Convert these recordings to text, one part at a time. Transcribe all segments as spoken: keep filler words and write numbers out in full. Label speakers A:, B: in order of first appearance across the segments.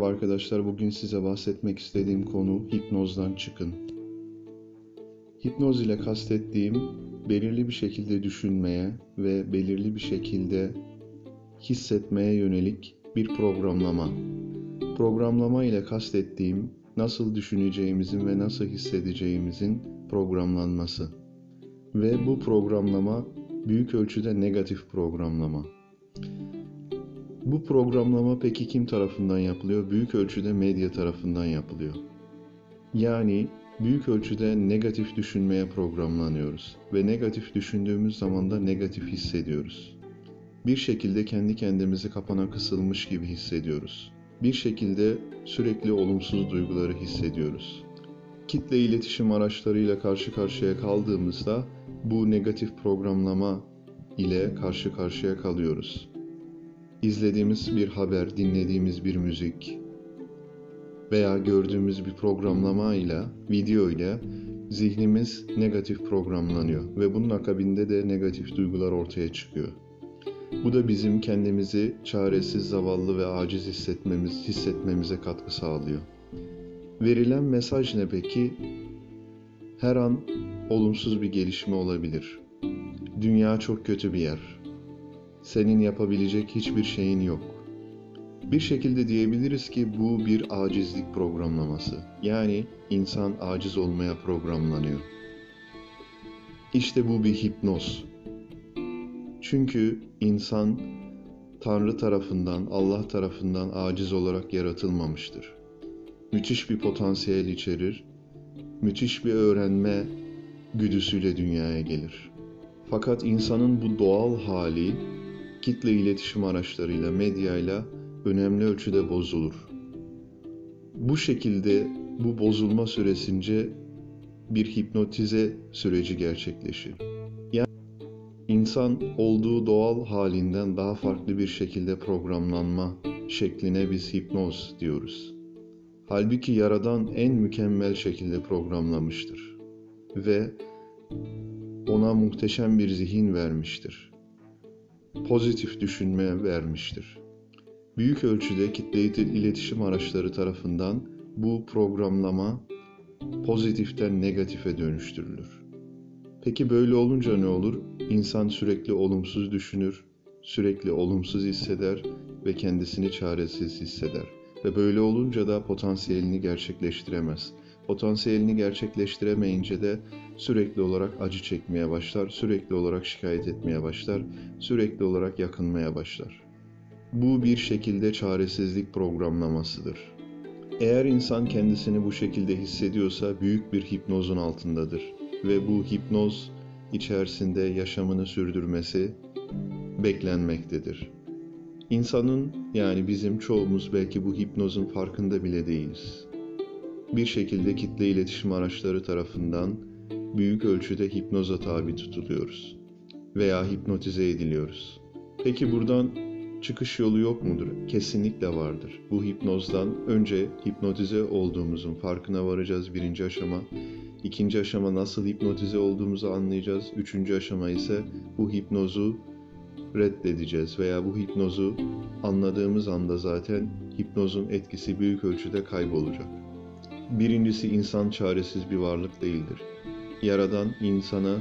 A: Merhaba arkadaşlar, bugün size bahsetmek istediğim konu hipnozdan çıkın. Hipnoz ile kastettiğim belirli bir şekilde düşünmeye ve belirli bir şekilde hissetmeye yönelik bir programlama. Programlama ile kastettiğim nasıl düşüneceğimizin ve nasıl hissedeceğimizin programlanması. Ve bu programlama büyük ölçüde negatif programlama. Bu programlama peki kim tarafından yapılıyor? Büyük ölçüde medya tarafından yapılıyor. Yani büyük ölçüde negatif düşünmeye programlanıyoruz ve negatif düşündüğümüz zaman da negatif hissediyoruz. Bir şekilde kendi kendimizi kapana kısılmış gibi hissediyoruz. Bir şekilde sürekli olumsuz duyguları hissediyoruz. Kitle iletişim araçlarıyla karşı karşıya kaldığımızda bu negatif programlama ile karşı karşıya kalıyoruz. İzlediğimiz bir haber, dinlediğimiz bir müzik veya gördüğümüz bir programlama ile, video ile zihnimiz negatif programlanıyor ve bunun akabinde de negatif duygular ortaya çıkıyor. Bu da bizim kendimizi çaresiz, zavallı ve aciz hissetmemiz, hissetmemize katkı sağlıyor. Verilen mesaj ne peki? Her an olumsuz bir gelişme olabilir. Dünya çok kötü bir yer. Senin yapabilecek hiçbir şeyin yok. Bir şekilde diyebiliriz ki bu bir acizlik programlaması. Yani insan aciz olmaya programlanıyor. İşte bu bir hipnoz. Çünkü insan Tanrı tarafından, Allah tarafından aciz olarak yaratılmamıştır. Müthiş bir potansiyel içerir, müthiş bir öğrenme güdüsüyle dünyaya gelir. Fakat insanın bu doğal hali kitle iletişim araçlarıyla, medyayla önemli ölçüde bozulur. Bu şekilde bu bozulma süresince bir hipnotize süreci gerçekleşir. Yani insan olduğu doğal halinden daha farklı bir şekilde programlanma şekline biz hipnoz diyoruz. Halbuki Yaradan en mükemmel şekilde programlamıştır ve ona muhteşem bir zihin vermiştir. Pozitif düşünme vermiştir. Büyük ölçüde kitle iletişim araçları tarafından bu programlama pozitiften negatife dönüştürülür. Peki böyle olunca ne olur? İnsan sürekli olumsuz düşünür, sürekli olumsuz hisseder ve kendisini çaresiz hisseder. Ve böyle olunca da potansiyelini gerçekleştiremez. Potansiyelini gerçekleştiremeyince de sürekli olarak acı çekmeye başlar, sürekli olarak şikayet etmeye başlar, sürekli olarak yakınmaya başlar. Bu bir şekilde çaresizlik programlamasıdır. Eğer insan kendisini bu şekilde hissediyorsa büyük bir hipnozun altındadır ve bu hipnoz içerisinde yaşamını sürdürmesi beklenmektedir. İnsanın, yani bizim çoğumuz belki bu hipnozun farkında bile değiliz. Bir şekilde kitle iletişim araçları tarafından büyük ölçüde hipnoza tabi tutuluyoruz veya hipnotize ediliyoruz. Peki buradan çıkış yolu yok mudur? Kesinlikle vardır. Bu hipnozdan önce hipnotize olduğumuzun farkına varacağız, birinci aşama. İkinci aşama nasıl hipnotize olduğumuzu anlayacağız. Üçüncü aşama ise bu hipnozu reddedeceğiz veya bu hipnozu anladığımız anda zaten hipnozun etkisi büyük ölçüde kaybolacak. Birincisi, insan çaresiz bir varlık değildir. Yaradan insana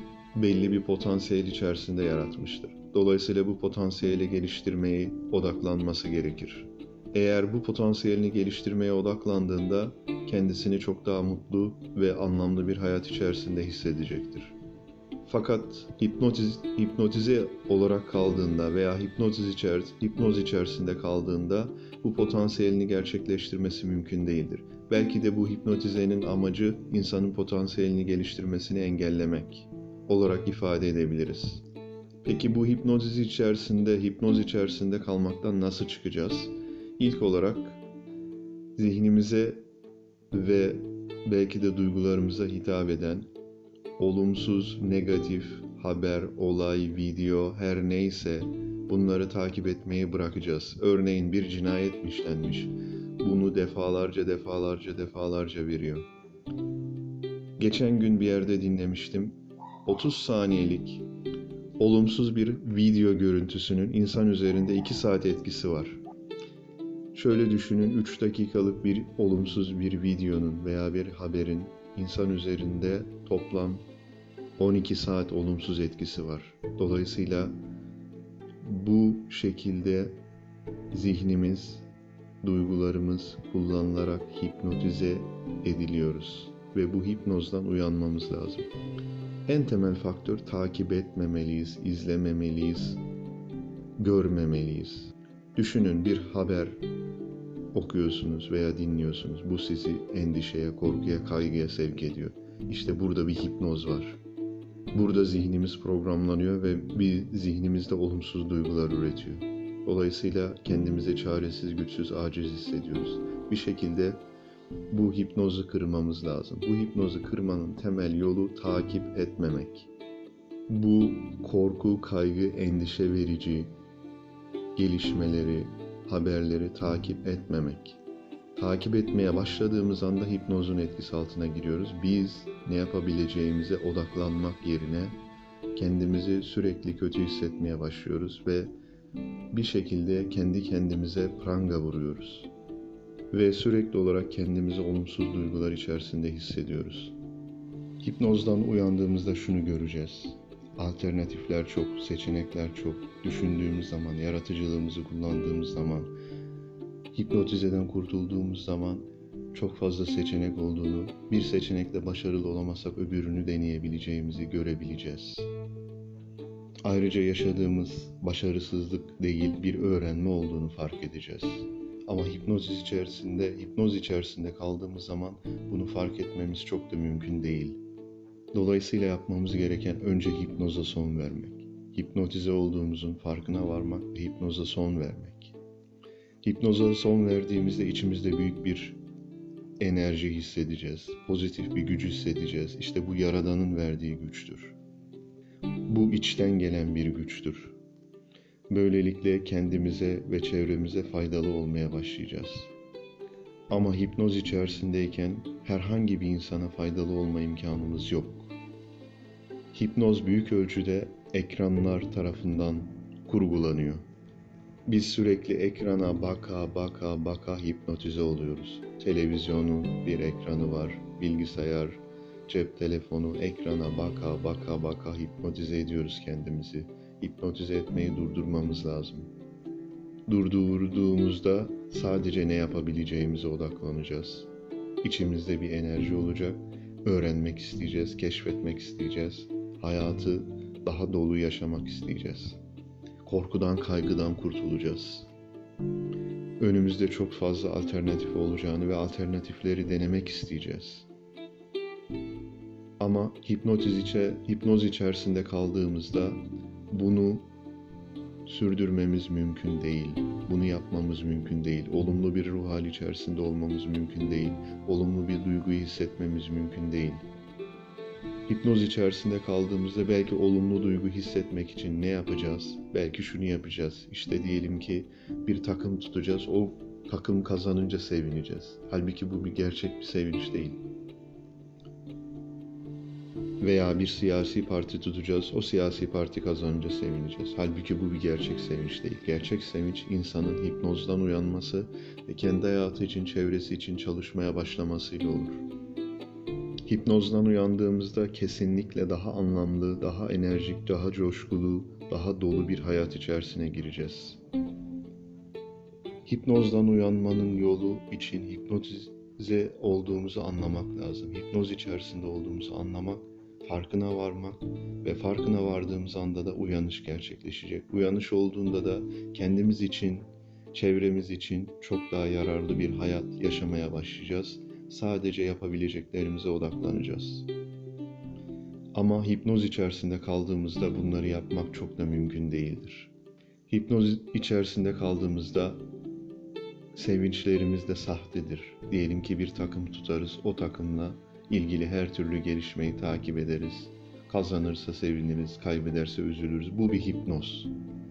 A: belli bir potansiyel içerisinde yaratmıştır. Dolayısıyla bu potansiyeli geliştirmeyi odaklanması gerekir. Eğer bu potansiyelini geliştirmeye odaklandığında kendisini çok daha mutlu ve anlamlı bir hayat içerisinde hissedecektir. Fakat hipnotiz, hipnotize olarak kaldığında veya hipnotiz içer, hipnoz içerisinde kaldığında bu potansiyelini gerçekleştirmesi mümkün değildir. Belki de bu hipnotizenin amacı insanın potansiyelini geliştirmesini engellemek olarak ifade edebiliriz. Peki bu hipnotiz içerisinde, hipnoz içerisinde kalmaktan nasıl çıkacağız? İlk olarak zihnimize ve belki de duygularımıza hitap eden olumsuz, negatif haber, olay, video her neyse bunları takip etmeyi bırakacağız. Örneğin bir cinayet işlenmiş. Bunu defalarca defalarca defalarca veriyor. Geçen gün bir yerde dinlemiştim. otuz saniyelik olumsuz bir video görüntüsünün insan üzerinde iki saat etkisi var. Şöyle düşünün, üç dakikalık bir olumsuz bir videonun veya bir haberin insan üzerinde toplam on iki saat olumsuz etkisi var. Dolayısıyla bu şekilde zihnimiz, duygularımız kullanılarak hipnotize ediliyoruz ve bu hipnozdan uyanmamız lazım. En temel faktör takip etmemeliyiz, izlememeliyiz, görmemeliyiz. Düşünün, bir haber okuyorsunuz veya dinliyorsunuz. Bu sizi endişeye, korkuya, kaygıya sevk ediyor. İşte burada bir hipnoz var. Burada zihnimiz programlanıyor ve bir zihnimizde olumsuz duygular üretiyor. Dolayısıyla kendimizi çaresiz, güçsüz, aciz hissediyoruz. Bir şekilde bu hipnozu kırmamız lazım. Bu hipnozu kırmanın temel yolu takip etmemek. Bu korku, kaygı, endişe verici gelişmeleri, haberleri takip etmemek. Takip etmeye başladığımız anda hipnozun etkisi altına giriyoruz. Biz ne yapabileceğimize odaklanmak yerine kendimizi sürekli kötü hissetmeye başlıyoruz ve bir şekilde kendi kendimize pranga vuruyoruz. Ve sürekli olarak kendimizi olumsuz duygular içerisinde hissediyoruz. Hipnozdan uyandığımızda şunu göreceğiz. Alternatifler çok, seçenekler çok. Düşündüğümüz zaman, yaratıcılığımızı kullandığımız zaman, hipnotizeden kurtulduğumuz zaman çok fazla seçenek olduğunu, bir seçenekle başarılı olamazsak öbürünü deneyebileceğimizi görebileceğiz. Ayrıca yaşadığımız başarısızlık değil, bir öğrenme olduğunu fark edeceğiz. Ama hipnoz içerisinde, hipnoz içerisinde kaldığımız zaman bunu fark etmemiz çok da mümkün değil. Dolayısıyla yapmamız gereken önce hipnoza son vermek. Hipnotize olduğumuzun farkına varmak ve hipnoza son vermek. Hipnoza son verdiğimizde içimizde büyük bir enerji hissedeceğiz. Pozitif bir güç hissedeceğiz. İşte bu Yaradan'ın verdiği güçtür. Bu içten gelen bir güçtür. Böylelikle kendimize ve çevremize faydalı olmaya başlayacağız. Ama hipnoz içerisindeyken herhangi bir insana faydalı olma imkanımız yok. Hipnoz büyük ölçüde ekranlar tarafından kurgulanıyor. Biz sürekli ekrana baka baka baka hipnotize oluyoruz. Televizyonun bir ekranı var, bilgisayar, cep telefonu, ekrana baka baka baka hipnotize ediyoruz kendimizi. Hipnotize etmeyi durdurmamız lazım. Durdurduğumuzda sadece ne yapabileceğimize odaklanacağız. İçimizde bir enerji olacak, öğrenmek isteyeceğiz, keşfetmek isteyeceğiz. Hayatı daha dolu yaşamak isteyeceğiz. Korkudan, kaygıdan kurtulacağız. Önümüzde çok fazla alternatif olacağını ve alternatifleri denemek isteyeceğiz. Ama hipnotiz içe, hipnoz içerisinde kaldığımızda bunu sürdürmemiz mümkün değil. Bunu yapmamız mümkün değil. Olumlu bir ruh hali içerisinde olmamız mümkün değil. Olumlu bir duyguyu hissetmemiz mümkün değil. Hipnoz içerisinde kaldığımızda belki olumlu duygu hissetmek için ne yapacağız? Belki şunu yapacağız. İşte diyelim ki bir takım tutacağız. O takım kazanınca sevineceğiz. Halbuki bu bir gerçek bir sevinç değil. Veya bir siyasi parti tutacağız. O siyasi parti kazanınca sevineceğiz. Halbuki bu bir gerçek sevinç değil. Gerçek sevinç insanın hipnozdan uyanması ve kendi hayatı için, çevresi için çalışmaya başlamasıyla olur. Hipnozdan uyandığımızda kesinlikle daha anlamlı, daha enerjik, daha coşkulu, daha dolu bir hayat içerisine gireceğiz. Hipnozdan uyanmanın yolu için hipnotize olduğumuzu anlamak lazım. Hipnoz içerisinde olduğumuzu anlamak, farkına varmak ve farkına vardığımız anda da uyanış gerçekleşecek. Uyanış olduğunda da kendimiz için, çevremiz için çok daha yararlı bir hayat yaşamaya başlayacağız. Sadece yapabileceklerimize odaklanacağız. Ama hipnoz içerisinde kaldığımızda bunları yapmak çok da mümkün değildir. Hipnoz içerisinde kaldığımızda sevinçlerimiz de sahtedir. Diyelim ki bir takım tutarız, o takımla ilgili her türlü gelişmeyi takip ederiz. Kazanırsa seviniriz, kaybederse üzülürüz. Bu bir hipnoz.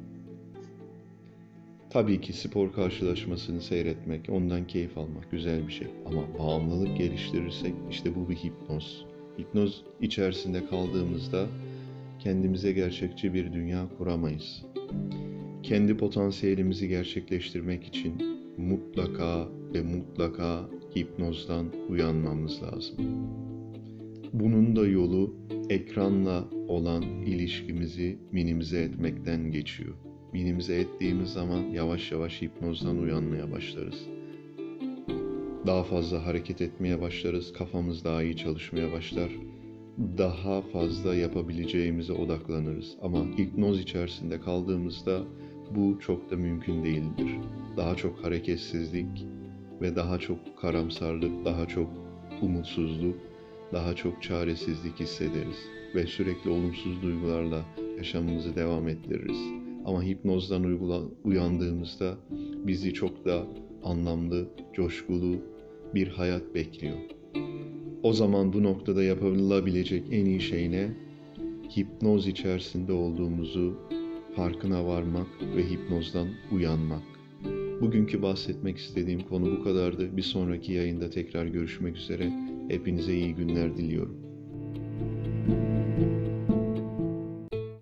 A: Tabii ki spor karşılaşmasını seyretmek, ondan keyif almak güzel bir şey. Ama bağımlılık geliştirirsek işte bu bir hipnoz. Hipnoz içerisinde kaldığımızda kendimize gerçekçi bir dünya kuramayız. Kendi potansiyelimizi gerçekleştirmek için mutlaka ve mutlaka hipnozdan uyanmamız lazım. Bunun da yolu ekranla olan ilişkimizi minimize etmekten geçiyor. Minimize ettiğimiz zaman yavaş yavaş hipnozdan uyanmaya başlarız. Daha fazla hareket etmeye başlarız, kafamız daha iyi çalışmaya başlar. Daha fazla yapabileceğimize odaklanırız. Ama hipnoz içerisinde kaldığımızda bu çok da mümkün değildir. Daha çok hareketsizlik ve daha çok karamsarlık, daha çok umutsuzluk, daha çok çaresizlik hissederiz ve sürekli olumsuz duygularla yaşamımızı devam ettiririz. Ama hipnozdan uygula, uyandığımızda bizi çok da anlamlı, coşkulu bir hayat bekliyor. O zaman bu noktada yapılabilecek en iyi şey ne? Hipnoz içerisinde olduğumuzu farkına varmak ve hipnozdan uyanmak. Bugünkü bahsetmek istediğim konu bu kadardı. Bir sonraki yayında tekrar görüşmek üzere. Hepinize iyi günler diliyorum.